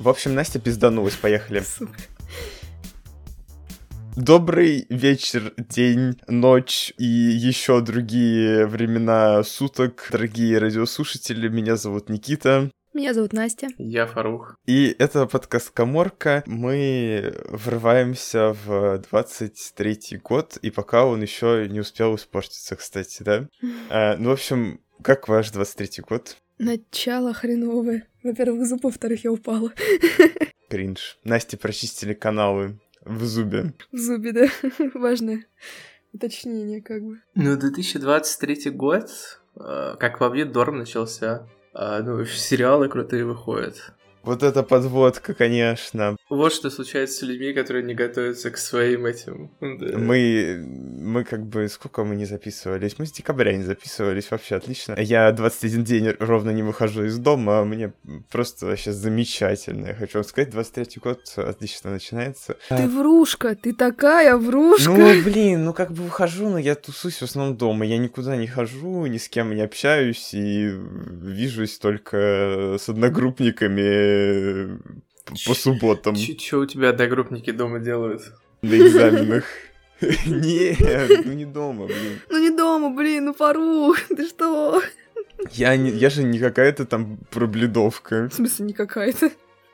В общем, Настя пизданулась, поехали. Сука. Добрый вечер, день, ночь и еще другие времена суток, дорогие радиослушатели. Меня зовут Никита. Меня зовут Настя. Я Фарух. И это подкаст «Каморка». Мы врываемся в 23-й год, и пока он еще не успел испортиться, кстати, да? Ну, в общем, как ваш 23-й год? Начало хреновое. Во-первых, зуб, во-вторых, я упала. Кринж. Насте прочистили каналы в зубе. В зубе, да. Важное уточнение, как бы. Ну, 2023 год, как по мне, норм начался. Ну, сериалы крутые выходят. Вот это подводка, конечно. Вот что случается с людьми, которые не готовятся к своим этим. Да. Мы как бы... Сколько мы не записывались? Мы с декабря не записывались, вообще отлично. Я 21 день ровно не выхожу из дома, а мне просто вообще замечательно. Я хочу вам сказать, 23-й год отлично начинается. Ты врушка, ты такая врушка. Ну, блин, ну как бы выхожу, но я тусусь в основном дома. Я никуда не хожу, ни с кем не общаюсь и вижусь только с одногруппниками по субботам. Чё у тебя одногруппники дома делают? На экзаменах. Нет, ну не дома, блин. Ну не дома, блин, ну Фарух, ты что? Я же не какая-то там пробледовка. В смысле, не какая-то?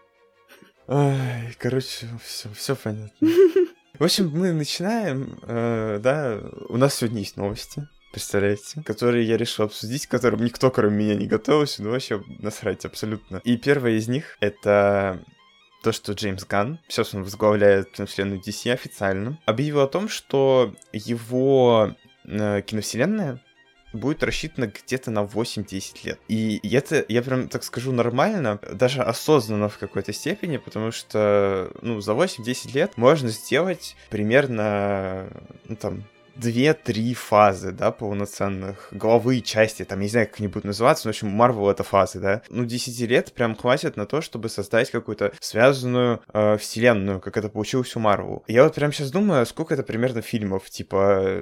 Ай, короче, все понятно. В общем, мы начинаем, да, у нас сегодня есть новости. Представляете? Которые я решил обсудить, к которым никто, кроме меня, не готовился, ну вообще насрать абсолютно. И первое из них — это то, что Джеймс Ганн, сейчас он возглавляет киновселенную DC официально, объявил о том, что его киновселенная будет рассчитана где-то на 8-10 лет. И это, я прям так скажу, нормально, даже осознанно в какой-то степени, потому что, ну, за 8-10 лет можно сделать примерно, ну, там, 2-3 фазы, да, полноценных, главы, части, там, я не знаю, как они будут называться, но, в общем, Марвел — это фазы, да. Ну, 10 лет прям хватит на то, чтобы создать какую-то связанную вселенную, как это получилось у Марвел. Я вот прям сейчас думаю, сколько это примерно фильмов, типа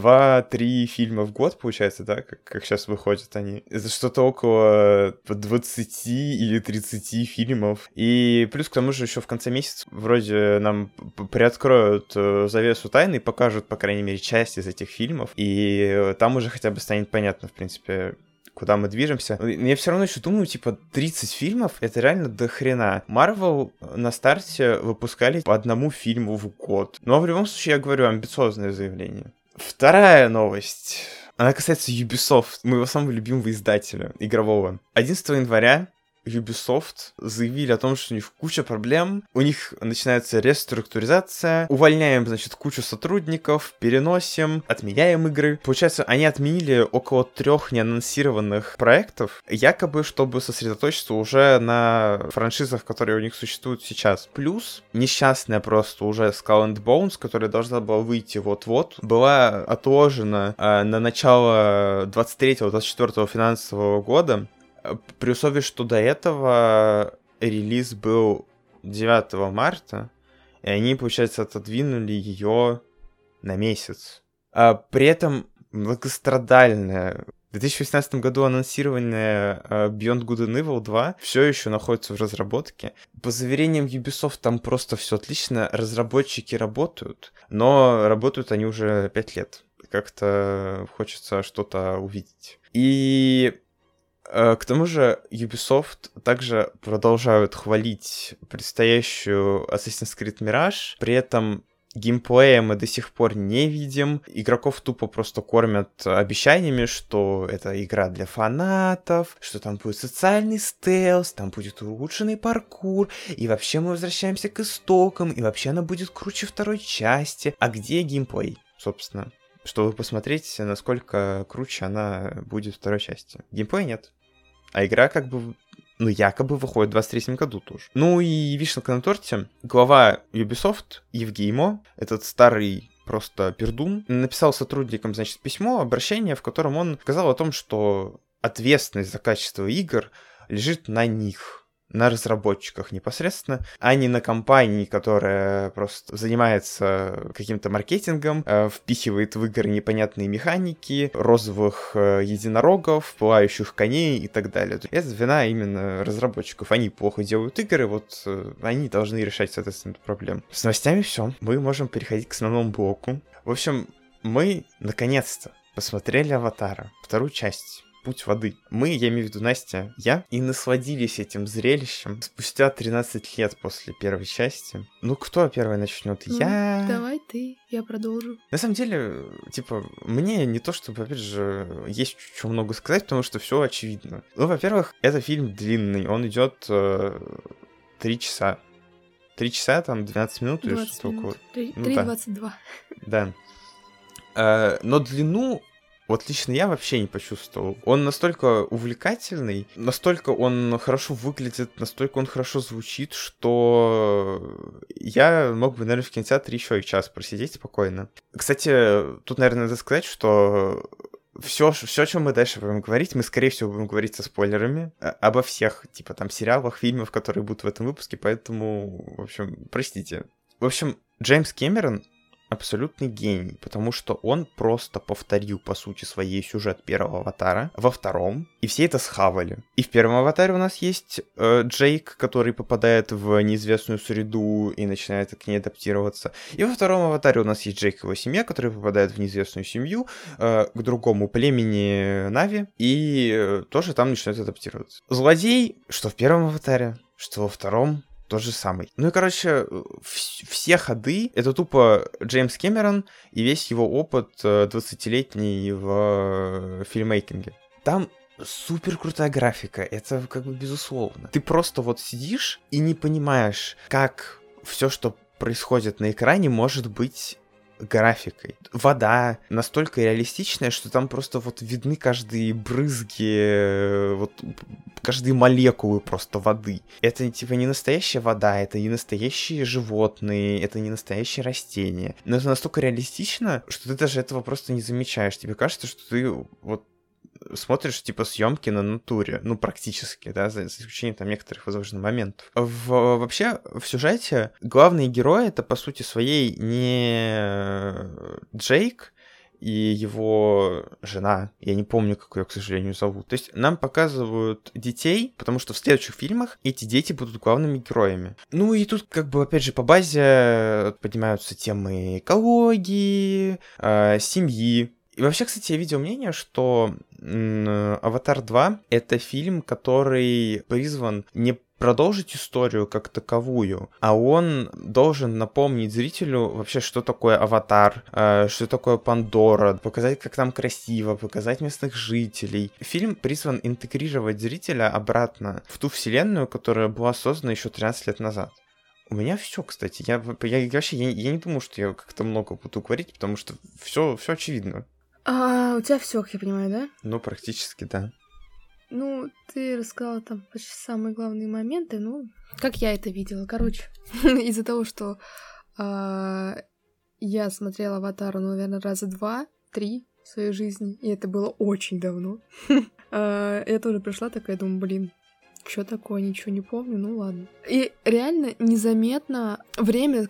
2-3 фильма в год, получается, да, как сейчас выходят они. Это что-то около 20 или 30 фильмов. И плюс к тому же еще в конце месяца вроде нам приоткроют завесу тайны и покажут, по крайней мере, часть из этих фильмов, и там уже хотя бы станет понятно, в принципе, куда мы движемся. Но я все равно еще думаю, типа, 30 фильмов — это реально до хрена. Марвел на старте выпускали по одному фильму в год. Но в любом случае, я говорю, амбициозное заявление. Вторая новость. Она касается Ubisoft, моего самого любимого издателя игрового. 11 января Ubisoft заявили о том, что у них куча проблем, у них начинается реструктуризация, увольняем, значит, кучу сотрудников, переносим, отменяем игры. Получается, они отменили около 3 неанонсированных проектов, якобы, чтобы сосредоточиться уже на франшизах, которые у них существуют сейчас. Плюс несчастная просто уже Skull and Bones, которая должна была выйти вот-вот, была отложена на начало 23-24 финансового года, при условии, что до этого релиз был 9 марта, и они, получается, отодвинули ее на месяц. При этом многострадальная в 2018 году анонсированная Beyond Good and Evil 2 все еще находится в разработке. По заверениям Ubisoft, там просто все отлично, разработчики работают, но работают они уже 5 лет. Как-то хочется что-то увидеть. И к тому же Ubisoft также продолжают хвалить предстоящую Assassin's Creed Mirage, при этом геймплея мы до сих пор не видим. Игроков тупо просто кормят обещаниями, что это игра для фанатов, что там будет социальный стелс, там будет улучшенный паркур, и вообще мы возвращаемся к истокам, и вообще она будет круче второй части. А где геймплей, собственно? Чтобы посмотреть, насколько круче она будет в второй части. Геймплея нет. А игра как бы, ну, якобы выходит в 23-м году тоже. Ну и вишенка на торте. Глава Ubisoft Евгеймо, этот старый просто пердун, написал сотрудникам, значит, письмо, обращение, в котором он сказал о том, что ответственность за качество игр лежит на них. на разработчиках непосредственно, а не на компании, которая просто занимается каким-то маркетингом, впихивает в игры непонятные механики, розовых единорогов, пылающих коней и так далее. Это вина именно разработчиков. Они плохо делают игры, вот они должны решать, соответственно, эту проблему. С новостями все. Мы можем переходить к основному блоку. В общем, мы наконец-то посмотрели «Аватара», вторую часть. «Путь воды». Мы, я имею в виду Настя, я, и насладились этим зрелищем спустя 13 лет после первой части. Ну, кто первый начнет? Я... Давай ты, я продолжу. На самом деле, типа, мне не то, чтобы, опять же, есть что много сказать, потому что все очевидно. Ну, во-первых, это фильм длинный, он идет 3 часа. 3 часа, там, 12 минут или что-то около. 3:22. Да. Но длину... Вот лично я вообще не почувствовал. Он настолько увлекательный, настолько он хорошо выглядит, настолько он хорошо звучит, что я мог бы, наверное, в кинотеатре еще и час просидеть спокойно. Кстати, тут, наверное, надо сказать, что все, о чем мы дальше будем говорить, мы, скорее всего, будем говорить со спойлерами обо всех, типа, там, сериалах, фильмах, которые будут в этом выпуске, поэтому, в общем, простите. В общем, Джеймс Кэмерон абсолютный гений, потому что он просто повторил, по сути, своей сюжет первого «Аватара» во втором, и все это схавали. И в первом «Аватаре» у нас есть Джейк, который попадает в неизвестную среду и начинает к ней адаптироваться. И во втором «Аватаре» у нас есть Джейк и его семья, которые попадают в неизвестную семью, к другому племени Нави, и тоже там начинают адаптироваться. Злодей, что в первом «Аватаре», что во втором, тот же самый. Ну и, короче, все ходы — это тупо Джеймс Кэмерон и весь его опыт 20-летний в фильммейкинге. Там супер крутая графика, это как бы безусловно. Ты просто вот сидишь и не понимаешь, как все, что происходит на экране, может быть графикой. Вода настолько реалистичная, что там просто вот видны каждые брызги, вот каждые молекулы просто воды. Это типа не настоящая вода, это не настоящие животные, это не настоящие растения. Но это настолько реалистично, что ты даже этого просто не замечаешь. Тебе кажется, что ты вот смотришь, типа, съемки на натуре, ну, практически, да, за исключением там некоторых, возможно, моментов. Вообще, в сюжете главные герои — это, по сути своей, не Джейк и его жена, я не помню, как ее, к сожалению, зовут. То есть нам показывают детей, потому что в следующих фильмах эти дети будут главными героями. Ну и тут, как бы, опять же, по базе поднимаются темы экологии, семьи. И вообще, кстати, я видел мнение, что «Аватар 2» — это фильм, который призван не продолжить историю как таковую, а он должен напомнить зрителю вообще, что такое Аватар, что такое Пандора, показать, как там красиво, показать местных жителей. Фильм призван интегрировать зрителя обратно в ту вселенную, которая была создана еще 13 лет назад. У меня все, кстати. Я вообще не думаю, что я как-то много буду говорить, потому что все очевидно. У тебя все, как я понимаю, да? Ну, практически, да. Ну, ты рассказала там почти самые главные моменты, ну, как я это видела. Короче, из-за того, что я смотрела «Аватар», наверное, раза 2-3 в своей жизни, и это было очень давно, я тоже пришла такая, думаю, блин, что такое, ничего не помню, ну ладно. И реально незаметно время,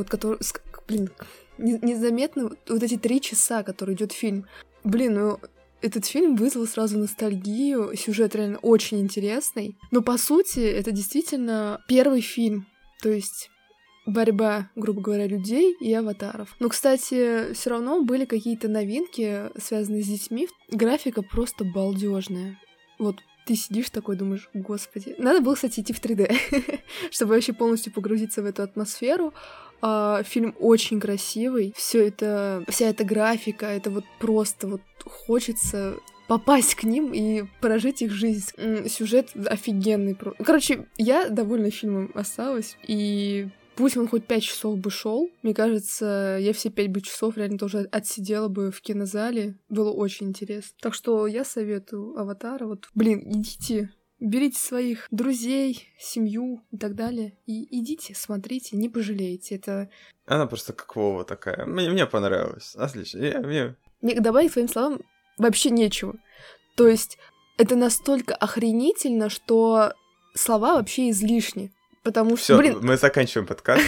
незаметно вот эти 3 часа, которые идет фильм. Блин, ну этот фильм вызвал сразу ностальгию, сюжет реально очень интересный. Но по сути это действительно первый фильм, то есть борьба, грубо говоря, людей и аватаров. Но, кстати, все равно были какие-то новинки, связанные с детьми. Графика просто балдежная. Вот ты сидишь такой, думаешь, господи. Надо было, кстати, идти в 3D, чтобы вообще полностью погрузиться в эту атмосферу. Фильм очень красивый. Вся эта графика, это вот просто вот хочется попасть к ним и прожить их жизнь. Сюжет офигенный. Короче, я довольна фильмом осталась. И пусть он хоть 5 часов бы шел, мне кажется, я все 5 бы часов реально тоже отсидела бы в кинозале. Было очень интересно. Так что я советую «Аватара». Вот, блин, идите. Берите своих друзей, семью и так далее. И идите, смотрите, не пожалеете. Это... Она просто как Вова такая. Мне понравилось. Отлично. Мне добавить своим словам вообще нечего. То есть это настолько охренительно, что слова вообще излишни. Потому что, Все, блин... мы заканчиваем подкаст.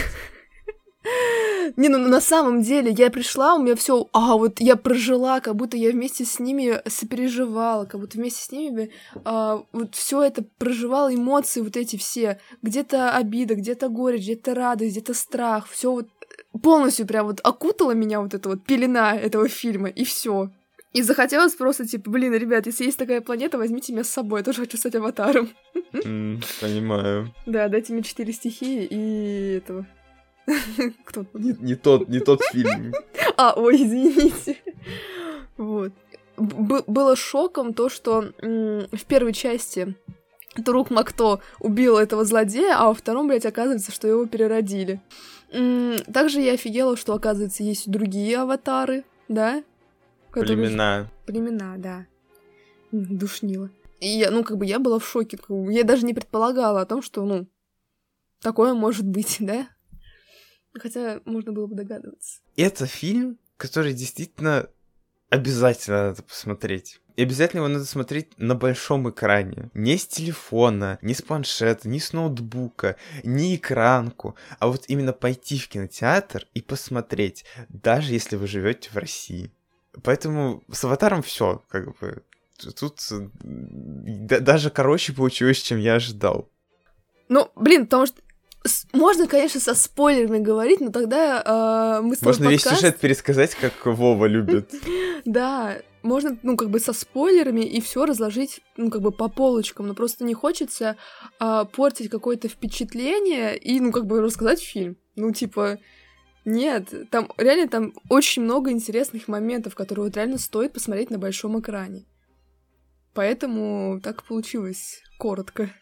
Не, ну на самом деле, я пришла, у меня все, вот я прожила, как будто я вместе с ними сопереживала, как будто вместе с ними вот все это проживала, эмоции вот эти все. Где-то обида, где-то горечь, где-то радость, где-то страх. Все вот полностью прям вот окутала меня вот эта вот пелена этого фильма, и все. И захотелось просто, типа, блин, ребят, если есть такая планета, возьмите меня с собой, я тоже хочу стать аватаром. Понимаю. Да, дайте мне 4 стихии и этого... Кто? Не тот фильм. Ой, извините. Вот. Было шоком то, что в первой части Турук Макто убил этого злодея, а во втором, блядь, оказывается, что его переродили. Также я офигела, что, оказывается, есть и другие аватары, да? Племена. Племена, да. Душнило. И я, я была в шоке. Я даже не предполагала о том, что, такое может быть, да? Хотя можно было бы догадываться. Это фильм, который действительно обязательно надо посмотреть. И обязательно его надо смотреть на большом экране. Не с телефона, не с планшета, не с ноутбука, не экранку. А вот именно пойти в кинотеатр и посмотреть, даже если вы живете в России. Поэтому с «Аватаром» все, Тут даже короче получилось, чем я ожидал. Потому что можно, конечно, со спойлерами говорить, но тогда мы с тобой Можно весь сюжет пересказать, как Вова любит. Да, можно, со спойлерами и все разложить, по полочкам, но просто не хочется портить какое-то впечатление и, рассказать фильм. Нет, там очень много интересных моментов, которые вот реально стоит посмотреть на большом экране. Поэтому так получилось коротко.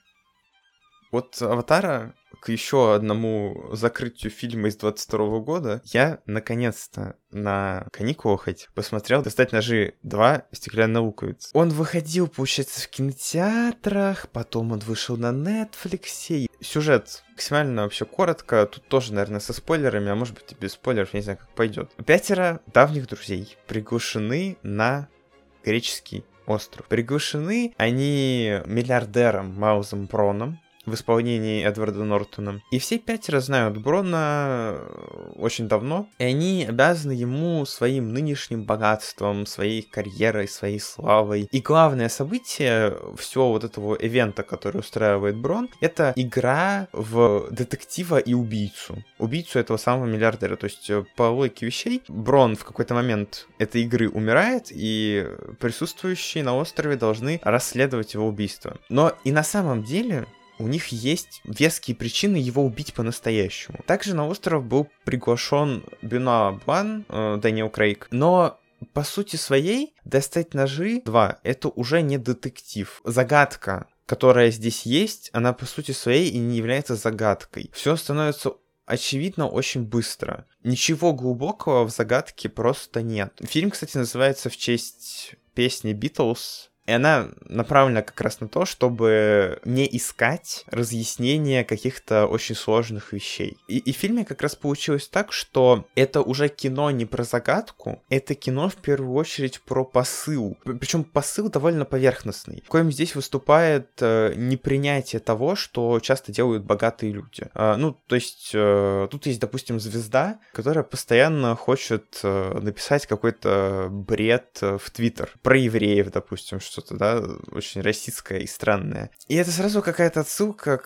От «Аватара» к еще одному закрытию фильма из 22 года я наконец-то на каникулах посмотрел «Достать ножи 2. Стеклянная луковица». Он выходил, получается, в кинотеатрах, потом он вышел на Netflix. Сюжет максимально вообще коротко, тут тоже, наверное, со спойлерами, а может быть и без спойлеров, не знаю, как пойдет. 5 давних друзей приглашены на греческий остров. Приглашены они миллиардером Майлзом Броном в исполнении Эдварда Нортона. И все 5 знают Брона очень давно, и они обязаны ему своим нынешним богатством, своей карьерой, своей славой. И главное событие всего вот этого ивента, который устраивает Брон, это игра в детектива и убийцу. Убийцу этого самого миллиардера. То есть, по логике вещей, Брон в какой-то момент этой игры умирает, и присутствующие на острове должны расследовать его убийство. Но и на самом деле у них есть веские причины его убить по-настоящему. Также на остров был приглашен Бенуа Блан, Дэниел Крейг, но по сути своей «Достать ножи 2» — это уже не детектив. Загадка, которая здесь есть, она по сути своей и не является загадкой. Все становится очевидно очень быстро. Ничего глубокого в загадке просто нет. Фильм, кстати, называется в честь песни Beatles. И она направлена как раз на то, чтобы не искать разъяснения каких-то очень сложных вещей. И в фильме как раз получилось так, что это уже кино не про загадку, это кино в первую очередь про посыл. Причем посыл довольно поверхностный, в коем здесь выступает непринятие того, что часто делают богатые люди. То есть тут есть, допустим, звезда, которая постоянно хочет написать какой-то бред в Твиттер про евреев, допустим, что-то, да, очень российское и странное. И это сразу какая-то отсылка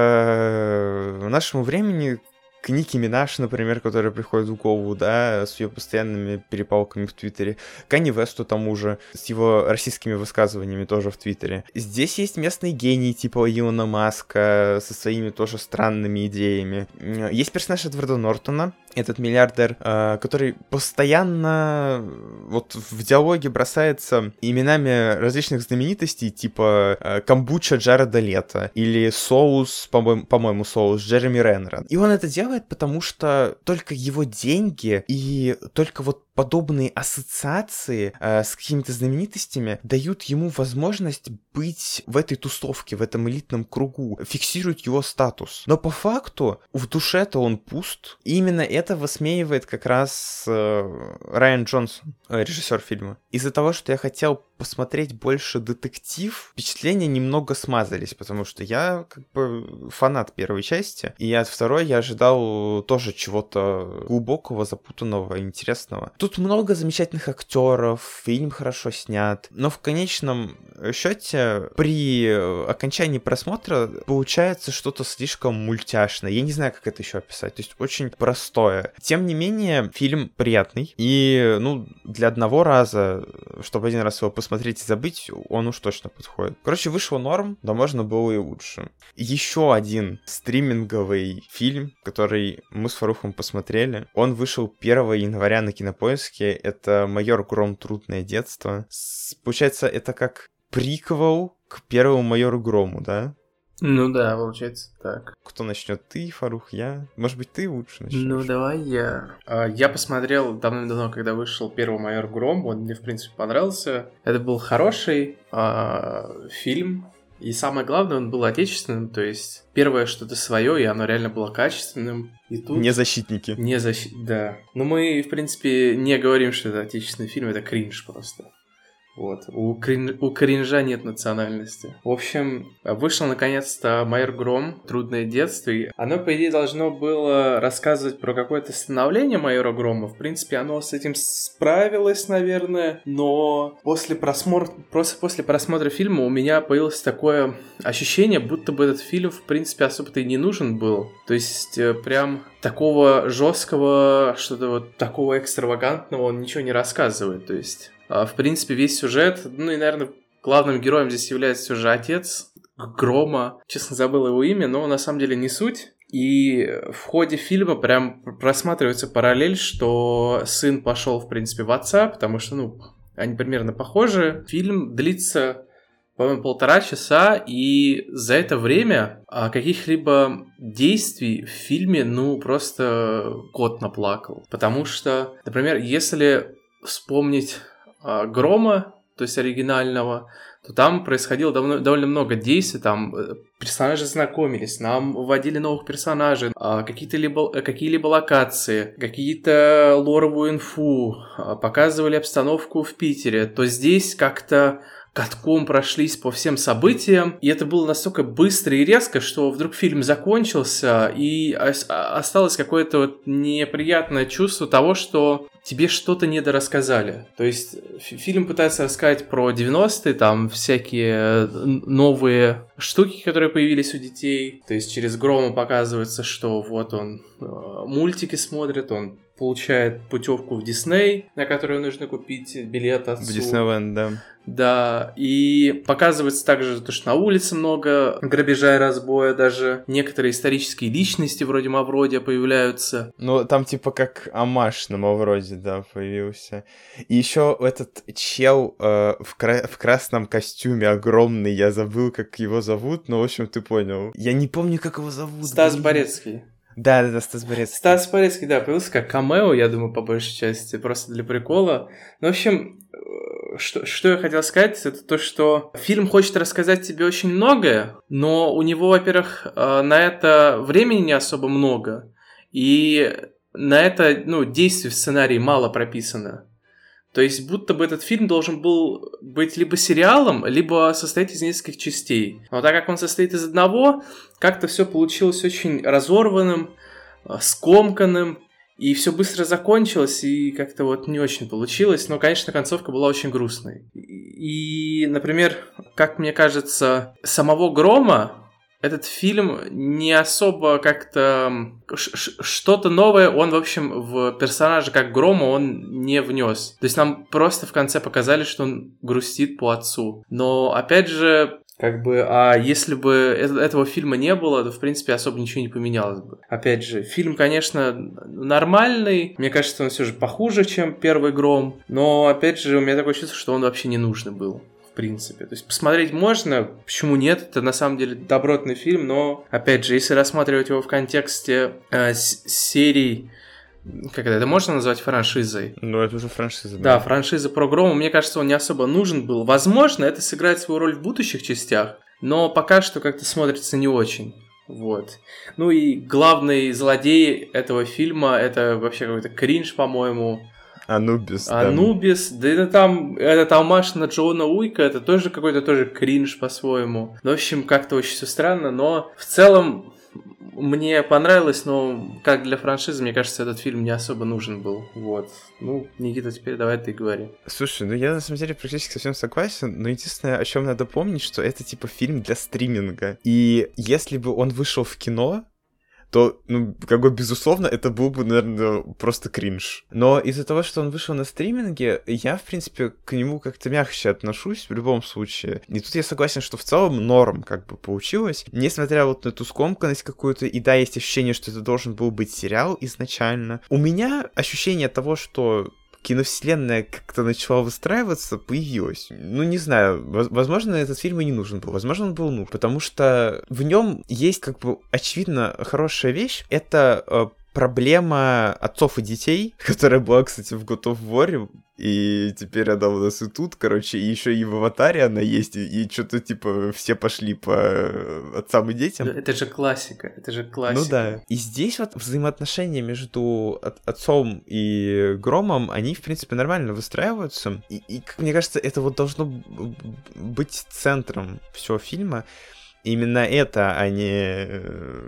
к нашему времени, к Ники Минаж, например, которая приходит в голову, да, с ее постоянными перепалками в Твиттере, к Канье Весту тому же, с его российскими высказываниями тоже в Твиттере. Здесь есть местные гении типа Илона Маска со своими тоже странными идеями. Есть персонаж Эдварда Нортона, этот миллиардер, который постоянно вот в диалоге бросается именами различных знаменитостей, типа камбуча Джареда Лето или соус, по-моему, соус Джереми Реннера. И он это делает, потому что только его деньги и только вот подобные ассоциации с какими-то знаменитостями дают ему возможность быть в этой тусовке, в этом элитном кругу, фиксируют его статус. Но по факту в душе-то он пуст. И именно это высмеивает как раз Райан Джонсон, режиссер фильма. Из-за того, что я хотел посмотреть больше детектив, впечатления немного смазались, потому что я как бы фанат первой части, и от второй я ожидал тоже чего-то глубокого, запутанного, интересного. Тут много замечательных актеров, фильм хорошо снят, но в конечном счете при окончании просмотра получается что-то слишком мультяшное. Я не знаю, как это еще описать, то есть очень простое. Тем не менее, фильм приятный, и, для одного раза, чтобы один раз его посмотреть и забыть, он уж точно подходит. Короче, вышло норм, но можно было и лучше. Еще один стриминговый фильм, который мы с Фарухом посмотрели, он вышел 1 января на Кинопоиске, это «Майор Гром. Трудное детство». Получается, это как приквел к первому «Майору Грому», да? Ну да, получается так. Кто начнет? Ты, Фарух, я? Может быть, ты лучше начнешь? Ну, давай я. Я посмотрел давным-давно, когда вышел первый «Майор Гром», он мне, в принципе, понравился. Это был хороший фильм, и самое главное, он был отечественным, то есть первое что-то свое, и оно реально было качественным. И тут... Не защитники. Да. Но мы, в принципе, не говорим, что это отечественный фильм, это кринж просто. Вот. У кринжа нет национальности. В общем, вышел наконец-то «Майор Гром. Трудное детство». И оно, по идее, должно было рассказывать про какое-то становление майора Грома. В принципе, оно с этим справилось, наверное. Но после просмотра фильма у меня появилось такое ощущение, будто бы этот фильм, в принципе, особо-то и не нужен был. То есть, прям такого жесткого, что-то вот такого экстравагантного он ничего не рассказывает. То есть... В принципе, весь сюжет, и, наверное, главным героем здесь является уже отец Грома. Честно, забыл его имя, но на самом деле не суть. И в ходе фильма прям просматривается параллель, что сын пошел, в принципе, в отца, потому что, они примерно похожи. Фильм длится, по-моему, 1,5 часа, и за это время каких-либо действий в фильме, просто кот наплакал. Потому что, например, если вспомнить Грома, то есть оригинального, то там происходило довольно много действий, там персонажи знакомились, нам вводили новых персонажей, какие-либо локации, какие-то лоровую инфу, показывали обстановку в Питере, то здесь как-то катком прошлись по всем событиям, и это было настолько быстро и резко, что вдруг фильм закончился, и осталось какое-то неприятное чувство того, что тебе что-то недорассказали. То есть фильм пытается рассказать про 90-е, там всякие новые штуки, которые появились у детей. То есть через Грома показывается, что вот он мультики смотрит, он получает путевку в Дисней, на которую нужно купить билет отцу. В Диснейленд, да. Да, и показывается также, что на улице много грабежа и разбоя, даже некоторые исторические личности вроде Мавродия появляются. Там типа как омаж на Мавроди, да, появился. И еще этот чел в красном костюме огромный, я забыл, как его зовут, но, в общем, ты понял. Я не помню, как его зовут. Стас Борецкий. Да, Стас Борецкий. Стас Борецкий, да, появился как камео, я думаю, по большей части, просто для прикола. В общем, что я хотел сказать, это то, что фильм хочет рассказать тебе очень многое, но у него, во-первых, на это времени не особо много, и на это, действий в сценарии мало прописано. То есть, будто бы этот фильм должен был быть либо сериалом, либо состоять из нескольких частей. Но так как он состоит из одного, как-то все получилось очень разорванным, скомканным, и все быстро закончилось, и как-то не очень получилось. Но, конечно, концовка была очень грустной. И, например, как мне кажется, самого Грома этот фильм не особо как-то... Что-то новое он, в общем, в персонажа как Грома он не внес. То есть нам просто в конце показали, что он грустит по отцу. Но, опять же, если бы этого фильма не было, то, в принципе, особо ничего не поменялось бы. Опять же, фильм, конечно, нормальный. Мне кажется, он все же похуже, чем первый Гром. Но, опять же, у меня такое чувство, что он вообще не нужен был. В принципе. То есть посмотреть можно, почему нет, это на самом деле добротный фильм, но, опять же, если рассматривать его в контексте серий Как это можно назвать франшизой? Ну, это уже франшиза. Да, франшиза про Грома, мне кажется, он не особо нужен был. Возможно, это сыграет свою роль в будущих частях, но пока что как-то смотрится не очень. Вот. Ну и главный злодей этого фильма, это вообще какой-то кринж, по-моему. Анубис. Анубис, да это там, этот алмаш на Джона Уика, это тоже какой-то тоже кринж по-своему. Ну, в общем, как-то очень все странно, но в целом мне понравилось, но как для франшизы, мне кажется, этот фильм не особо нужен был. Вот. Ну, Никита, теперь давай ты говори. Слушай, ну я на самом деле практически совсем согласен, но единственное, о чем надо помнить, что это типа фильм для стриминга. И если бы он вышел в кино, то, ну, как бы, безусловно, это был бы, наверное, просто кринж. Но из-за того, что он вышел на стриминге, я, в принципе, к нему как-то мягче отношусь в любом случае. И тут я согласен, что в целом норм как бы получилось. Несмотря вот на эту скомканность какую-то, и да, есть ощущение, что это должен был быть сериал изначально. У меня ощущение того, что киновселенная как-то начала выстраиваться, появилась. Ну, не знаю, возможно, этот фильм и не нужен был, возможно, он был нужен, потому что в нем есть, как бы, очевидно, хорошая вещь. Это проблема отцов и детей, которая была, кстати, в God of War, и теперь она у нас и тут, короче, и еще и в Аватаре она есть, и что-то, типа, все пошли по отцам и детям. Это же классика, это же классика. Ну да. И здесь вот взаимоотношения между отцом и Громом, они, в принципе, нормально выстраиваются, и как мне кажется, это вот должно быть центром всего фильма. Именно это, а не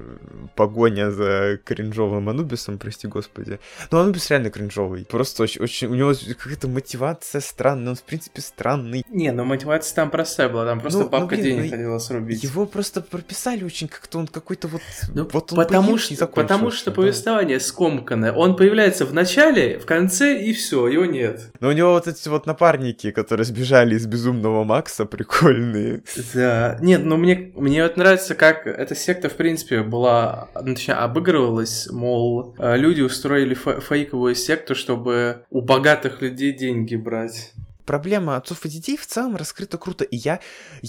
погоня за кринжовым Анубисом, прости господи. Ну, Анубис реально кринжовый. Просто очень... У него какая-то мотивация странная, он, в принципе, странный. Не, ну мотивация там простая была, там просто бабка денег хотела срубить. Его просто прописали очень как-то, он какой-то вот... Ну, вот он потому что повествование скомканное. Он появляется в начале, в конце, и все, его нет. Но у него вот эти вот напарники, которые сбежали из Безумного Макса, прикольные. Да. Нет, ну мне вот нравится, как эта секта, в принципе, была, ну, точнее, обыгрывалась, мол, люди устроили фейковую секту, чтобы у богатых людей деньги брать. Проблема отцов и детей в целом раскрыта круто, и я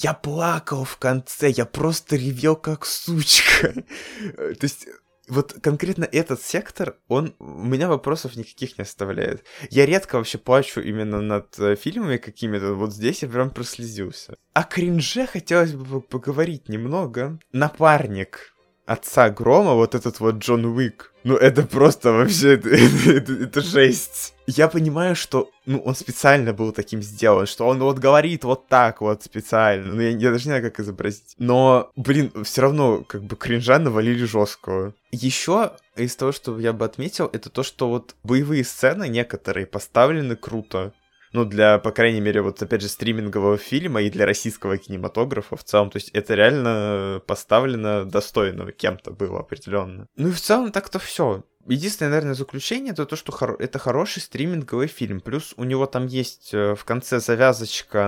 плакал в конце, я просто ревел как сучка. То есть... Вот конкретно этот сектор, он у меня вопросов никаких не оставляет. Я редко вообще плачу именно над фильмами какими-то, вот здесь я прям прослезился. О кринже хотелось бы поговорить немного. Напарник отца Грома, вот этот вот Джон Уик, ну это просто вообще, это жесть. Я понимаю, что, ну, он специально был таким сделан, что он вот говорит вот так вот специально, ну я даже не знаю, как изобразить. Но, блин, все равно, как бы, кринжа навалили жесткого. Еще из того, что я бы отметил, это то, что вот боевые сцены некоторые поставлены круто. Ну, для, по крайней мере, вот, опять же, стримингового фильма и для российского кинематографа в целом. То есть это реально поставлено достойно кем-то было определенно. Ну и в целом так-то все. Единственное, наверное, заключение, это то, что это хороший стриминговый фильм. Плюс у него там есть в конце завязочка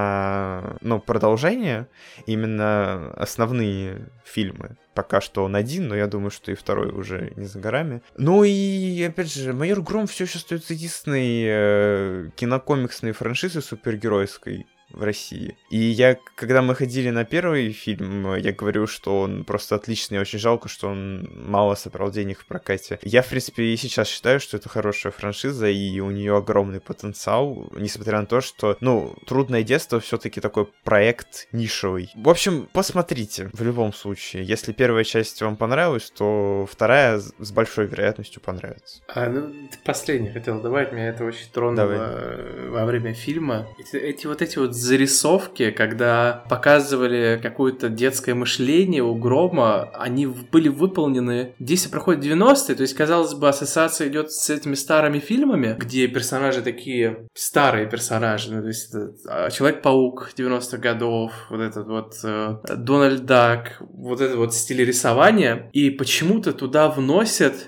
на, ну, продолжение. Именно основные фильмы. Пока что он один, но я думаю, что и второй уже не за горами. Ну и, опять же, «Майор Гром» все еще остается единственной кинокомиксной франшизой супергеройской в России. И когда мы ходили на первый фильм, я говорю, что он просто отличный, очень жалко, что он мало собрал денег в прокате. Я, в принципе, и сейчас считаю, что это хорошая франшиза, и у нее огромный потенциал, несмотря на то, что, ну, «Трудное детство» все-таки такой проект нишевый. В общем, посмотрите, в любом случае. Если первая часть вам понравилась, то вторая с большой вероятностью понравится. Ну, ты последний хотел добавить, меня это очень тронуло во время фильма. Эти вот зарисовки, когда показывали какое-то детское мышление у Грома, они были выполнены... Действие проходит 90-е, то есть, казалось бы, ассоциация идет с этими старыми фильмами, где персонажи такие старые персонажи, ну, то есть Человек-паук 90-х годов, вот этот вот Дональд Дак, вот этот вот стиль рисования, и почему-то туда вносят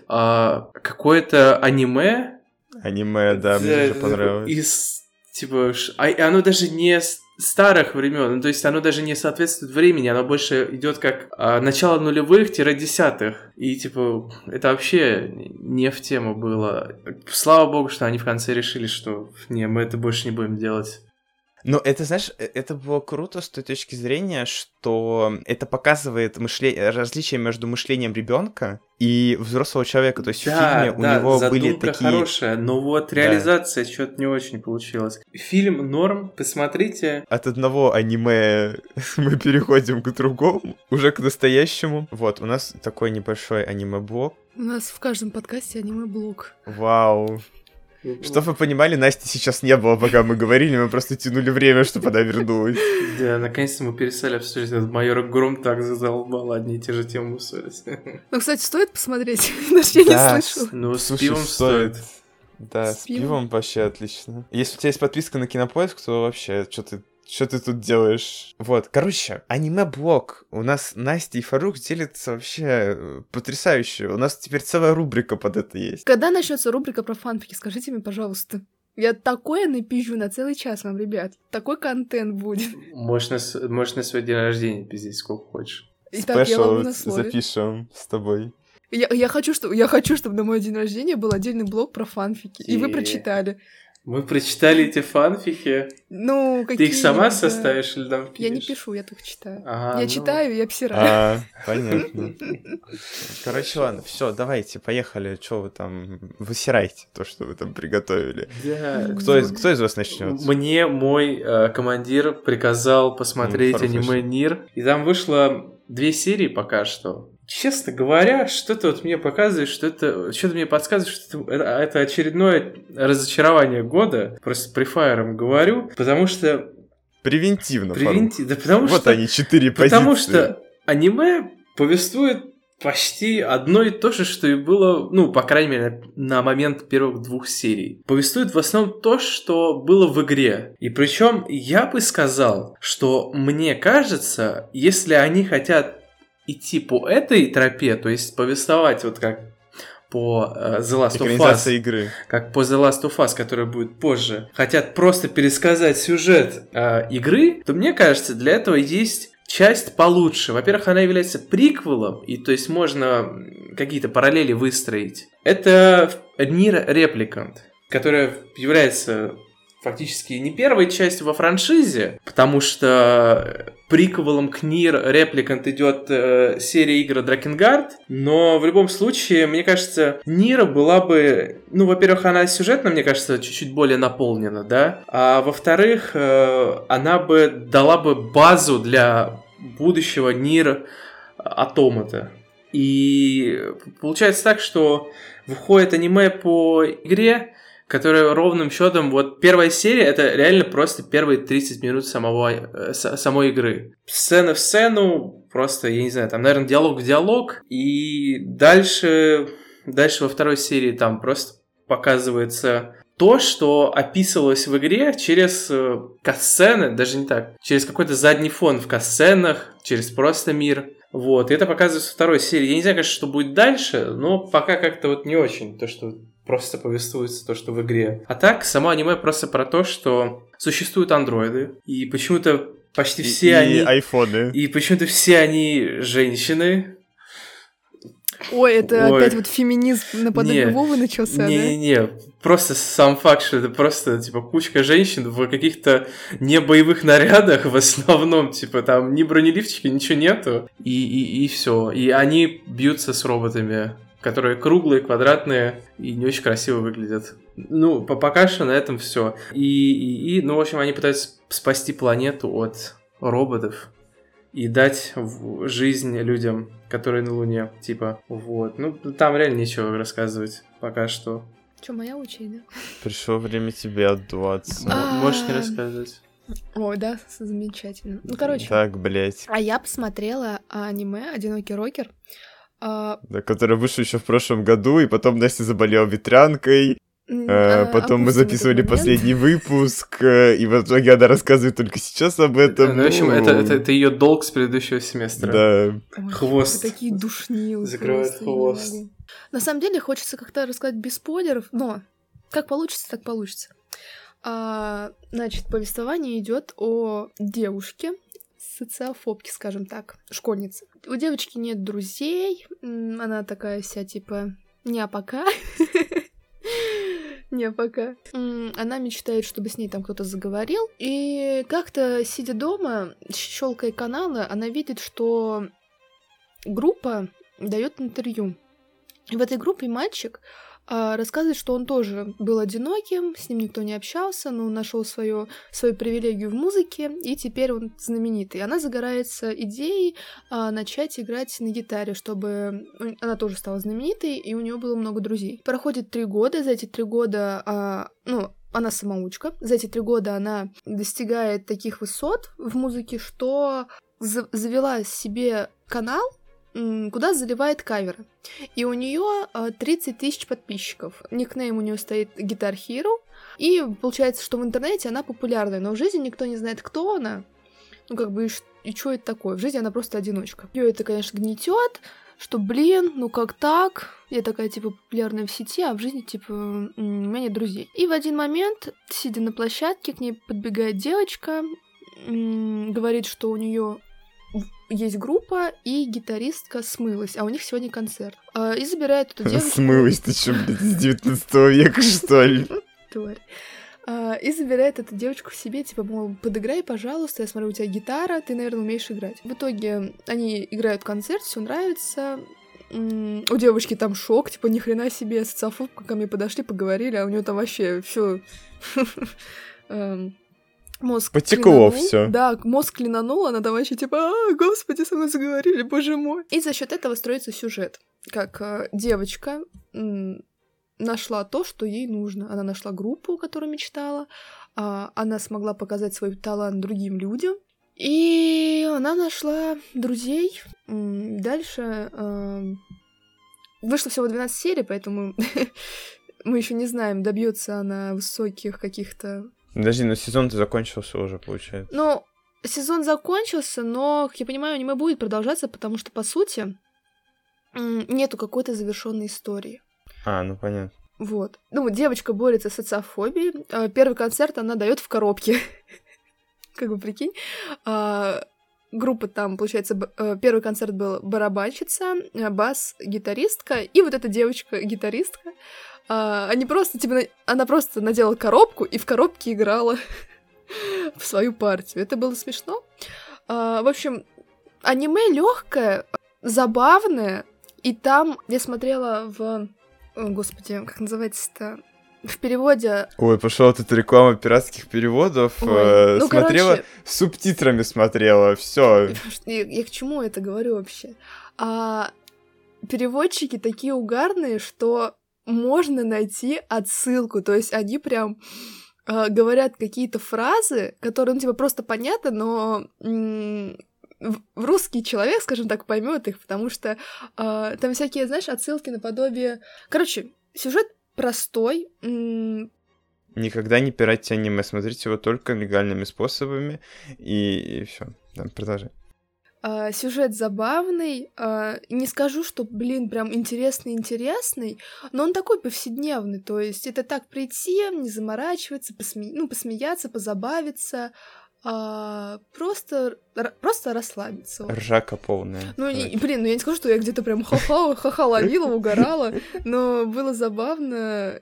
какое-то аниме. Аниме, да, мне тоже понравилось. Типа, оно даже не старых времен, ну, то есть оно даже не соответствует времени, оно больше идет как начало нулевых-десятых. И, типа, это вообще не в тему было. Слава богу, что они в конце решили, что не, мы это больше не будем делать. Но это, знаешь, это было круто с той точки зрения, что это показывает различие между мышлением ребенка и взрослого человека. То есть в фильме у него были задумка такие... хорошая, но вот реализация что-то не очень получилась. Фильм норм, посмотрите. От одного аниме мы переходим к другому, уже к настоящему. Вот, у нас такой небольшой аниме-блог. У нас в каждом подкасте аниме-блог. Вау. Чтоб вы понимали, Насти сейчас не было, пока мы говорили, мы просто тянули время, чтобы она вернулась. Да, наконец-то мы перестали обсуждать этот майор Гром, так задолбал, одни и те же темы ссорить. Ну, кстати, стоит посмотреть, даже я не слышала. Ну, с Слушай, пивом стоит. Да, с пивом вообще отлично. Если у тебя есть подписка на Кинопоиск, то вообще, что ты тут делаешь? Вот, короче, аниме-блог. У нас Настя и Фарух делятся вообще потрясающе. У нас теперь целая рубрика под это есть. Когда начнется рубрика про фанфики, скажите мне, пожалуйста. Я такое напизжу на целый час вам, ребят. Такой контент будет. Можешь на свой день рождения пиздеть сколько хочешь. Итак, я ловлю Спешл на слове. запишем с тобой. Я хочу, чтобы на мой день рождения был отдельный блог про фанфики. И вы прочитали. Мы прочитали эти фанфики. Ну, Ты их сама составишь или там Я не пишу, я только читаю. Ага, я читаю и обсираю. Понятно. Короче, ладно, все, давайте, поехали. Что вы там высирайте то, что вы там приготовили. Да. Кто из вас начнет? Мне мой командир приказал посмотреть аниме «Нир», и там вышло 2 серии пока что. Честно говоря, что-то вот мне показывает, что-то мне подсказывает, что это очередное разочарование года. Просто префайером говорю, потому что... Превентивно, Да потому вот что... они, 4 позиции. Потому что аниме повествует почти одно и то же, что и было, ну, по крайней мере, на момент первых 2 серий. Повествует в основном то, что было в игре. И причем я бы сказал, что мне кажется, если они хотят идти по этой тропе, то есть повествовать вот как по The Last of Us, игры. как по The Last of Us, которая будет позже, хотят просто пересказать сюжет игры, то мне кажется, для этого есть часть получше. Во-первых, она является приквелом, и то есть можно какие-то параллели выстроить. Это Nier Replicant, которая является фактически не первой частью во франшизе, потому что приквелом к Nier Replicant идет серия игр Drakengard, но в любом случае, мне кажется, Nier была бы... Ну, во-первых, она сюжетно, мне кажется, чуть-чуть более наполнена, да? А во-вторых, она бы дала бы базу для будущего Nier Automata. И получается так, что выходит аниме по игре, которая ровным счетом, вот первая серия, это реально просто первые 30 минут самой игры. Сцена в сцену, просто, я не знаю, там, наверное, диалог в диалог, и дальше во второй серии там просто показывается то, что описывалось в игре через катсцены, даже не так, через какой-то задний фон в катсценах, через просто мир. Вот, и это показывается во второй серии. Я не знаю, конечно, что будет дальше, но пока как-то вот не очень то, что просто повествуется то, что в игре. А так, само аниме просто про то, что существуют андроиды, и почему-то почти все они... И айфоны. И почему-то все они женщины. Ой, это опять вот феминизм наподобие Вовы начался, да? Не, просто сам факт, что это просто, типа, кучка женщин в каких-то не боевых нарядах, в основном, типа, там ни бронеливчика, ничего нету, и все. И они бьются с роботами, которые круглые, квадратные и не очень красиво выглядят. Ну, пока что на этом все. Ну, в общем, они пытаются спасти планету от роботов и дать жизнь людям, которые на Луне, типа, вот. Ну, там реально нечего рассказывать пока что. Чё, моя очередь, да? Пришло время тебе отдуваться. Можешь не рассказывать. Ой, да, замечательно. Ну, короче. Так, блять. А я посмотрела аниме «Одинокий рокер». Да, который вышел еще в прошлом году, и потом Настя заболела ветрянкой. Потом мы записывали последний выпуск, и в итоге она рассказывает только сейчас об этом. Ну, в общем, это ее долг с предыдущего семестра. Да. Ой, хвост. Вы такие душнилы. Закрывает хвост. На самом деле, хочется как-то рассказать без спойлеров, но как получится, так получится. Значит, повествование идет о девушке, социофобке, скажем так, школьнице. У девочки нет друзей, она такая вся, типа, не а пока. Не, пока. Она мечтает, чтобы с ней там кто-то заговорил. И как-то, сидя дома, щелкая каналы, она видит, что группа дает интервью. И в этой группе мальчик рассказывает, что он тоже был одиноким, с ним никто не общался, но он нашел свою привилегию в музыке, и теперь он знаменитый. Она загорается идеей начать играть на гитаре, чтобы она тоже стала знаменитой, и у нее было много друзей. Проходит 3 года, за эти 3 года, она самоучка, за эти 3 года она достигает таких высот в музыке, что завела себе канал, куда заливает каверы. И у нее 30 тысяч подписчиков. Никнейм у нее стоит Guitar Hero. И получается, что в интернете она популярная, но в жизни никто не знает, кто она. И что это такое? В жизни она просто одиночка. Ее это, конечно, гнетет, что, как так? Я такая, популярная в сети, а в жизни, у меня нет друзей. И в один момент, сидя на площадке, к ней подбегает девочка, говорит, что у нее есть группа, и гитаристка смылась, а у них сегодня концерт. И забирает эту девушку... Смылась, ты что, блядь, с 19 века, что ли? Тварь. И забирает эту девочку к себе, мол, подыграй, пожалуйста, я смотрю, у тебя гитара, ты, наверное, умеешь играть. В итоге они играют концерт, все нравится. У девочки там шок, ни хрена себе, социофобка ко мне подошли, поговорили, а у нее там вообще все... Мозг потекло все. Да, мозг клинанул, она там вообще господи, со мной заговорили, боже мой. И за счет этого строится сюжет. Как девочка нашла то, что ей нужно. Она нашла группу, которую мечтала, она смогла показать свой талант другим людям, и она нашла друзей. Дальше вышло всего 12 серий, поэтому мы еще не знаем, добьется она высоких каких-то... Подожди, но сезон-то закончился уже, получается. Сезон закончился, но, как я понимаю, аниме будет продолжаться, потому что, по сути, нету какой-то завершенной истории. Понятно. Вот. Девочка борется с социофобией. Первый концерт она дает в коробке. Прикинь. Группа там, получается, первый концерт был барабанщица, бас-гитаристка, и вот эта девочка-гитаристка. Они просто, она просто надела коробку и в коробке играла в свою партию. Это было смешно. В общем, аниме легкое, забавное, и там я смотрела господи, как называется-то? В переводе... Ой, пошла вот эта реклама пиратских переводов. Смотрела, с субтитрами смотрела, все. Я к чему это говорю вообще? Переводчики такие угарные, что можно найти отсылку, то есть они прям говорят какие-то фразы, которые, просто понятны, но русский человек, скажем так, поймет их, потому что там всякие, знаешь, отсылки наподобие... Короче, сюжет простой. Никогда не пиратьте аниме, смотрите его только легальными способами, и все. Продолжай. Сюжет забавный, не скажу, что, прям интересный, но он такой повседневный, то есть это так прийти, не заморачиваться, посмеяться, позабавиться, просто расслабиться. Ржака полная. Я не скажу, что я где-то прям ха-ха ловила, угорала, но было забавно,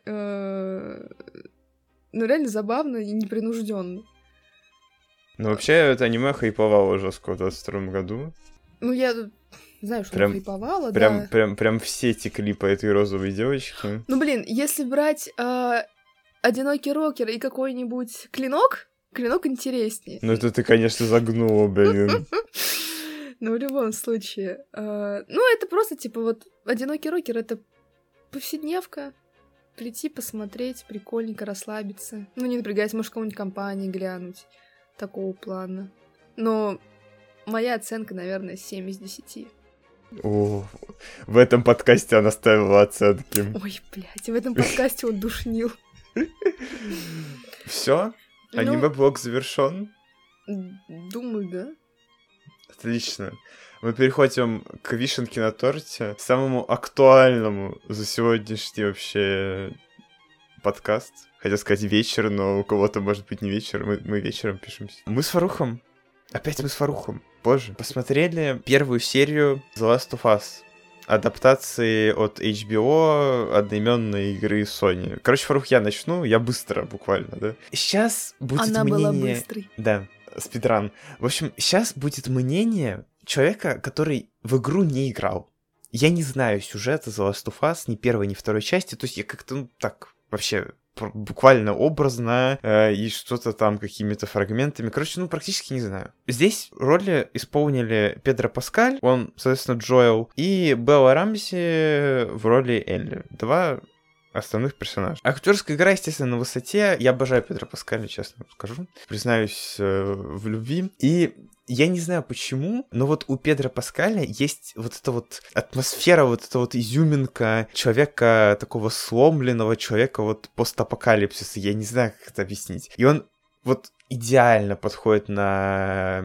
реально забавно и непринужденно. Вообще, это аниме хайповало жестко в 22 году. Я знаю, что прям, хайповало, да. Прям все текли по этой розовой девочке. Если брать «Одинокий рокер» и какой-нибудь «Клинок», «Клинок» интереснее. Это ты, конечно, загнула, блин. В любом случае. Это просто, «Одинокий рокер» — это повседневка. Прийти, посмотреть, прикольненько, расслабиться. Не напрягать, может, кому-нибудь компании глянуть. Такого плана. Но моя оценка, наверное, 7 из 10. О, в этом подкасте она ставила оценки. Ой, блядь, в этом подкасте он душнил. Все? Аниме-блог завершен? Думаю, да. Отлично. Мы переходим к вишенке на торте, самому актуальному за сегодняшний вообще подкаст. Хотел сказать вечер, но у кого-то может быть не вечер, мы вечером пишемся. Мы с Фарухом, опять мы с Фарухом, боже, посмотрели первую серию The Last of Us. адаптации от HBO одноименной игры Sony. Короче, Фарух, я начну, я быстро буквально, да. Сейчас будет Она мнение... была быстрой. Да, спидран. В общем, сейчас будет мнение человека, который в игру не играл. Я не знаю сюжета The Last of Us, ни первой, ни второй части, то есть я как-то, ну, так, вообще... буквально образно и что-то там какими-то фрагментами. Короче, ну, практически не знаю. Здесь роли исполнили Педро Паскаль, он, соответственно, Джоэл, и Белла Рамси в роли Элли. Два основных персонажей. Актерская игра, естественно, на высоте. Я обожаю Педро Паскаля, честно скажу. Признаюсь в любви. И я не знаю почему, но вот у Педро Паскаля есть вот эта вот атмосфера, вот эта вот изюминка человека такого сломленного, человека вот постапокалипсиса. Я не знаю, как это объяснить. И он вот идеально подходит на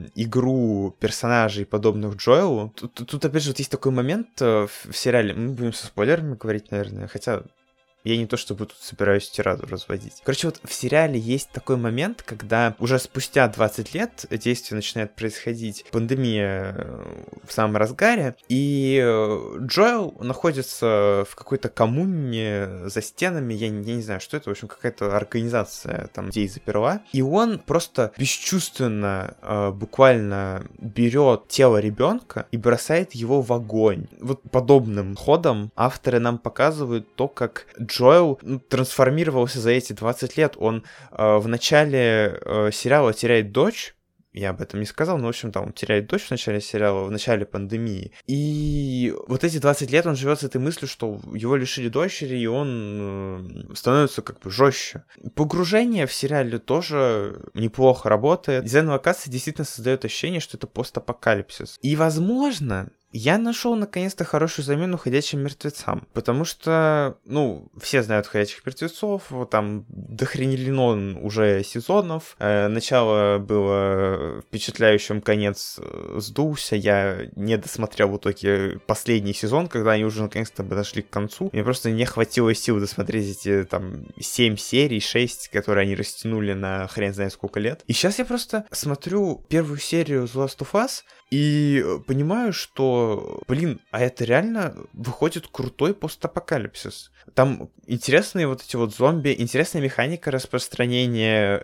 игру персонажей, подобных Джоэлу. Тут опять же, вот есть такой момент в сериале, мы будем со спойлерами говорить, наверное, хотя... Я не то чтобы тут собираюсь тираду разводить. Короче, вот в сериале есть такой момент, когда уже спустя 20 лет действие начинает происходить, пандемия в самом разгаре, и Джоэл находится в какой-то коммуне за стенами, я не знаю, что это, в общем, какая-то организация там людей заперла, и он просто бесчувственно буквально берет тело ребенка и бросает его в огонь. Вот подобным ходом авторы нам показывают то, как Джоэл трансформировался за эти 20 лет. Он в начале сериала теряет дочь. Я об этом не сказал, но, в общем, там он теряет дочь в начале сериала, в начале пандемии. И вот эти 20 лет он живет с этой мыслью, что его лишили дочери, и он становится как бы жестче. Погружение в сериале тоже неплохо работает. Дизайн локации действительно создает ощущение, что это постапокалипсис. И, возможно, я нашел наконец-то хорошую замену «Ходячим мертвецам», потому что, ну, все знают «Ходячих мертвецов», там дохренелено уже сезонов, начало было впечатляющим, конец сдулся, я не досмотрел в итоге последний сезон, когда они уже наконец-то подошли к концу, мне просто не хватило сил досмотреть эти там 7 серий, 6, которые они растянули на хрен знает сколько лет. И сейчас я просто смотрю первую серию The Last of Us и понимаю, что, блин, а это реально выходит крутой постапокалипсис. Там интересные вот эти вот зомби, интересная механика распространения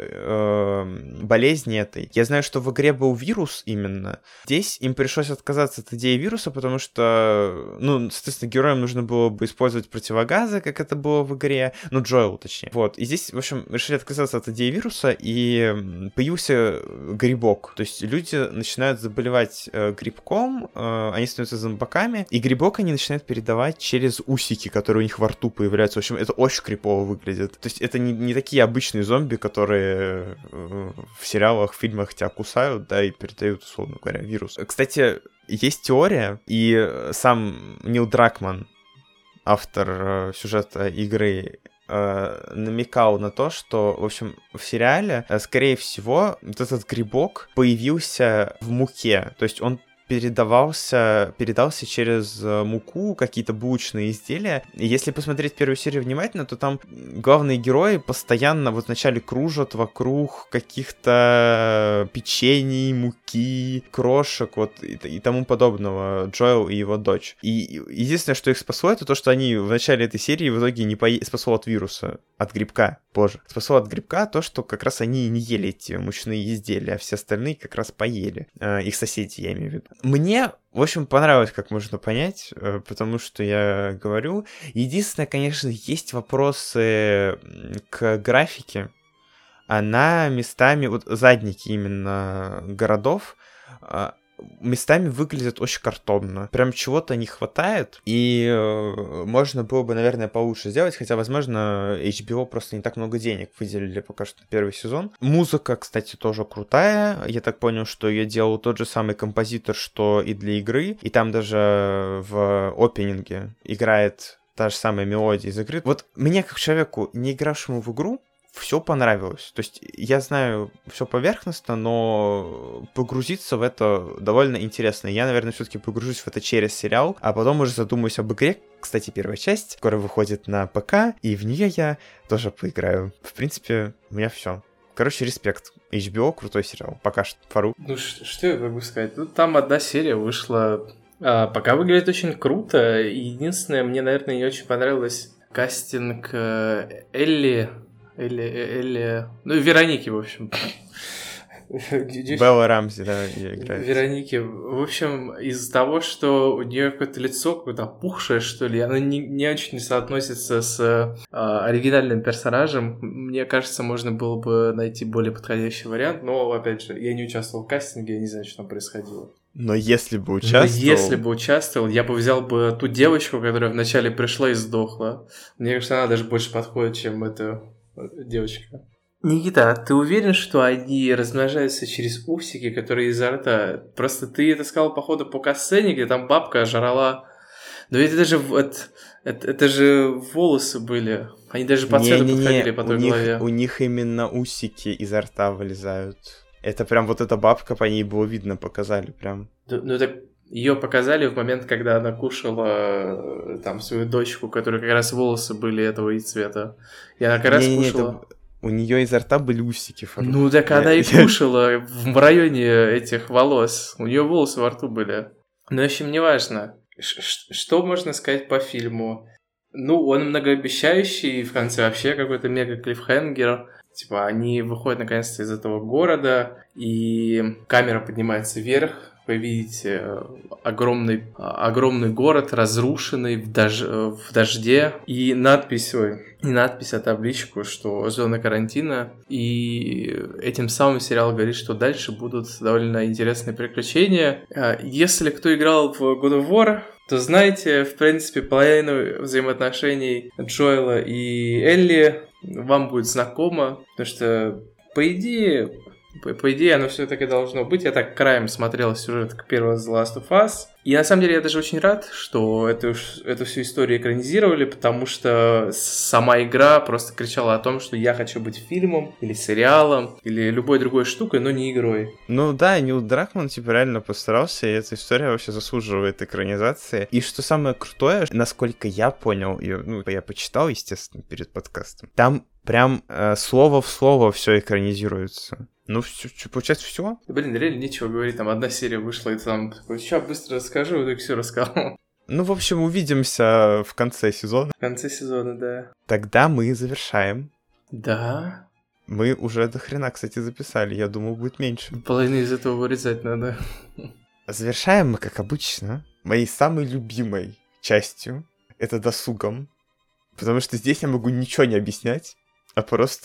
болезни этой. Я знаю, что в игре был вирус именно. Здесь им пришлось отказаться от идеи вируса, потому что, ну, соответственно, героям нужно было бы использовать противогазы, как это было в игре. Ну, Джоэл, точнее. Вот. И здесь, в общем, решили отказаться от идеи вируса, и появился грибок. То есть люди начинают заболевать грибком, они становятся зомбаками, и грибок они начинают передавать через усики, которые у них во рту появляются. В общем, это очень крипово выглядит. То есть это не такие обычные зомби, которые в сериалах, фильмах тебя кусают, да, и передают, условно говоря, вирус. Кстати, есть теория, и сам Нил Дракман, автор сюжета игры, намекал на то, что, в общем, в сериале, скорее всего, вот этот грибок появился в муке, то есть он передался через муку, какие-то булочные изделия. И если посмотреть первую серию внимательно, то там главные герои постоянно вот вначале кружат вокруг каких-то печений, муки, крошек вот и тому подобного, Джоэл и его дочь. И единственное, что их спасло, это то, что они в начале этой серии в итоге не спасло от вируса, от грибка, боже. Спасло от грибка то, что как раз они не ели эти мучные изделия, а все остальные как раз поели. Их соседи, я имею в виду. Мне, в общем, понравилось, как можно понять, потому что я говорю. Единственное, конечно, есть вопросы к графике. Она местами, вот задники именно городов, местами выглядят очень картонно. Прям чего-то не хватает, и можно было бы, наверное, получше сделать, хотя, возможно, HBO просто не так много денег выделили пока что на первый сезон. Музыка, кстати, тоже крутая. Я так понял, что ее делал тот же самый композитор, что и для игры, и там даже в опенинге играет та же самая мелодия из игры. Вот мне, как человеку, не игравшему в игру, все понравилось. То есть я знаю все поверхностно, но погрузиться в это довольно интересно. Я, наверное, все-таки погружусь в это через сериал, а потом уже задумаюсь об игре. Кстати, первая часть скоро выходит на ПК, и в нее я тоже поиграю. В принципе, у меня все. Короче, респект. HBO крутой сериал. Пока что. Фарук. Ну, что я могу сказать? Ну, там одна серия вышла Пока выглядит очень круто. Единственное, мне, наверное, не очень понравилось кастинг Элли. Ну, Вероники, в общем. Белла Рамзи, да, играет. Вероники. В общем, из-за того, что у нее какое-то лицо какое-то опухшее, что ли, оно не очень соотносится с оригинальным персонажем. Мне кажется, можно было бы найти более подходящий вариант, но, опять же, я не участвовал в кастинге, я не знаю, что там происходило. Но если бы участвовал... я бы взял бы ту девочку, которая вначале пришла и сдохла. Мне кажется, она даже больше подходит, чем эта девочка. Никита, а ты уверен, что они размножаются через усики, которые изо рта? Просто ты это сказал, походу, по катсцене, где там бабка жрала. Но ведь это же волосы были. Они даже по цвету подходили по той голове. У них именно усики изо рта вылезают. Это прям вот эта бабка, по ней было видно, показали прям. Ну так ее показали в момент, когда она кушала там свою дочку, у которой как раз волосы были этого и цвета. И она как раз кушала... У нее изо рта были усики. Ну так она и кушала в районе этих волос. У нее волосы во рту были. Но, в общем, неважно. Что можно сказать по фильму? Ну, он многообещающий, в конце вообще какой-то мега-клиффхенгер. Типа, они выходят наконец-то из этого города, и камера поднимается вверх. Вы видите огромный город, разрушенный в дожде, и надпись, а табличку, что зона карантина, и этим самым сериал говорит, что дальше будут довольно интересные приключения. Если кто играл в God of War, то знаете, в принципе, половину взаимоотношений Джоэла и Элли вам будет знакомо, потому что, по идее, оно все так и должно быть. Я так краем смотрел сюжет к первого The Last of Us. И на самом деле я даже очень рад, что эту всю историю экранизировали, потому что сама игра просто кричала о том, что я хочу быть фильмом, или сериалом, или любой другой штукой, но не игрой. Ну да, Нил Дракман типа реально постарался, и эта история вообще заслуживает экранизации. И что самое крутое, насколько я понял, я почитал, естественно, перед подкастом, там прям слово в слово все экранизируется. Ну, получается, все. Блин, реально нечего говорить, там одна серия вышла, и ты там такой, сейчас быстро расскажу, и так все рассказал. Ну, в общем, увидимся в конце сезона. В конце сезона, да. Тогда мы завершаем. Да? Мы уже до хрена, кстати, записали, я думал, будет меньше. Половину из этого вырезать надо. Завершаем мы, как обычно, моей самой любимой частью, это досугом, потому что здесь я могу ничего не объяснять, а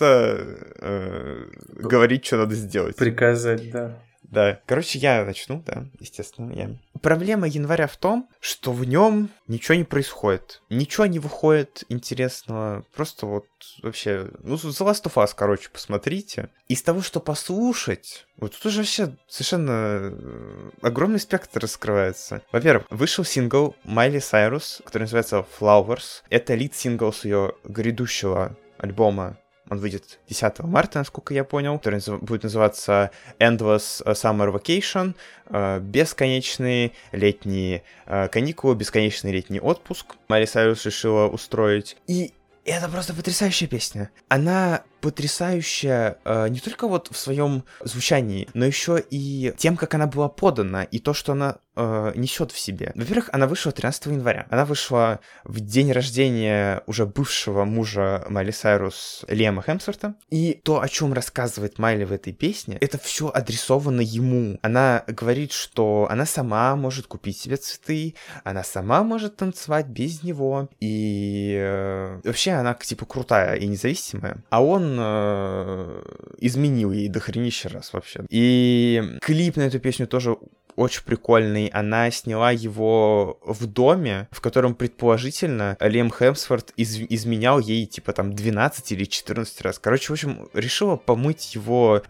просто говорить, что надо сделать. Приказать, да. Да. Короче, я начну, да, естественно. Проблема января в том, что в нем ничего не происходит. Ничего не выходит интересного. Просто вот вообще... Ну, The Last of Us, короче, посмотрите. Из того, что послушать, вот тут уже вообще совершенно огромный спектр раскрывается. Во-первых, вышел сингл Майли Сайрус, который называется Flowers. Это лид-сингл с ее грядущего альбома. Он выйдет 10 марта, насколько я понял, который будет называться Endless Summer Vacation, бесконечные летние каникулы, бесконечный летний отпуск. Майли Сайрус решила устроить. И это просто потрясающая песня. Она потрясающая не только вот в своем звучании, но еще и тем, как она была подана, и то, что она несет в себе. Во-первых, она вышла 13 января. Она вышла в день рождения уже бывшего мужа Майли Сайрус Лиама Хемсворта. И то, о чем рассказывает Майли в этой песне, это все адресовано ему. Она говорит, что она сама может купить себе цветы, она сама может танцевать без него, и вообще она типа крутая и независимая. А он изменил ей дохренища раз вообще. И клип на эту песню тоже очень прикольный. Она сняла его в доме, в котором, предположительно, Лиам Хемсворт изменял ей, типа, там, 12 или 14 раз. Короче, в общем, решила полить его,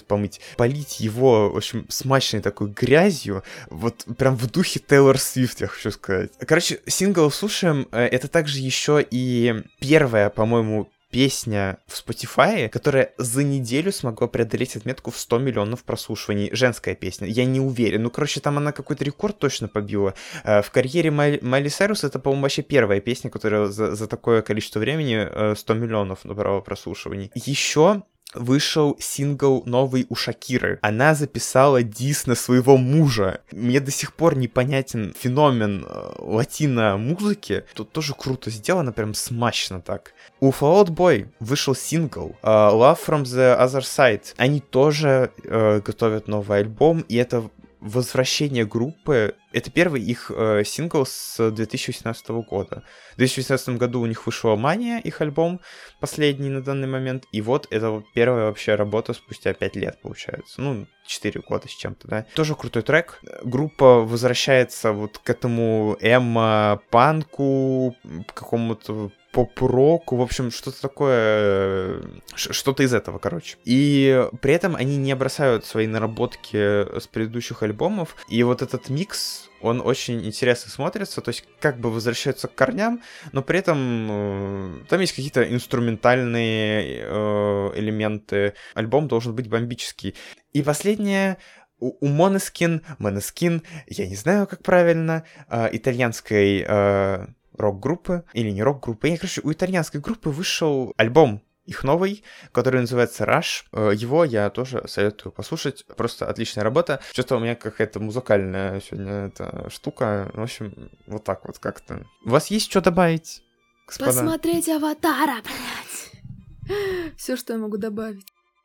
в общем, смачной такой грязью, вот прям в духе Тейлор Свифт, я хочу сказать. Короче, сингл слушаем, это также еще и первая, по-моему, песня в Spotify, которая за неделю смогла преодолеть отметку в 100 миллионов прослушиваний. Женская песня. Я не уверен. Ну, короче, там она какой-то рекорд точно побила. В карьере Майли Сайрус это, по-моему, вообще первая песня, которая за такое количество времени 100 миллионов набрала прослушиваний. Еще вышел сингл новый у Шакиры. Она записала дис на своего мужа. Мне до сих пор непонятен феномен латино-музыки. Тут тоже круто сделано, прям смачно так. У Fall Out Boy вышел сингл Love from the Other Side. Они тоже готовят новый альбом, и это возвращение группы. Это первый их сингл с 2018 года. В 2018 году у них вышла «Мания», их альбом, последний на данный момент. И вот это вот первая вообще работа спустя 5 лет, получается. Ну, 4 года с чем-то, да. Тоже крутой трек. Группа возвращается вот к этому эмо-панку, к какому-то поп-року, в общем, что-то такое, что-то из этого, короче. И при этом они не бросают свои наработки с предыдущих альбомов, и вот этот микс, он очень интересно смотрится, то есть как бы возвращаются к корням, но при этом там есть какие-то инструментальные элементы. Альбом должен быть бомбический. И последнее, у Måneskin, я не знаю, как правильно, итальянской рок-группы, или не рок-группы. Короче, у итальянской группы вышел альбом их новый, который называется Rush. Его я тоже советую послушать. Просто отличная работа. Что-то у меня какая-то музыкальная сегодня эта штука. В общем, вот так вот как-то. У вас есть что добавить, господа? Посмотреть «Аватара», блядь. Все, что я могу добавить.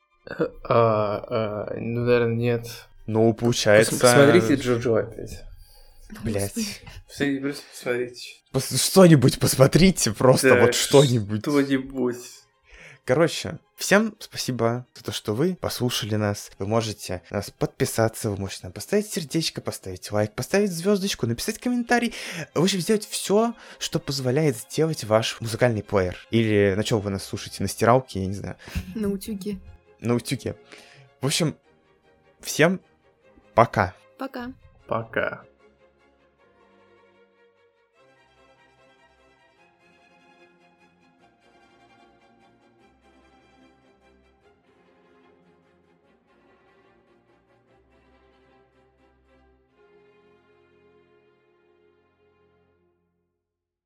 Ну, наверное, нет. Ну, получается... Посмотрите Джоджо опять. Блять. Просто посмотрите. Что-нибудь посмотрите, просто Да, вот что-нибудь. Что-нибудь. Короче, всем спасибо за то, что вы послушали нас. Вы можете на нас подписаться, вы можете нам поставить сердечко, поставить лайк, поставить звездочку, написать комментарий. В общем, сделать все, что позволяет сделать ваш музыкальный плеер. Или на чем вы нас слушаете? На стиралке, я не знаю. На утюге. На утюге. В общем, всем пока. Пока. Пока.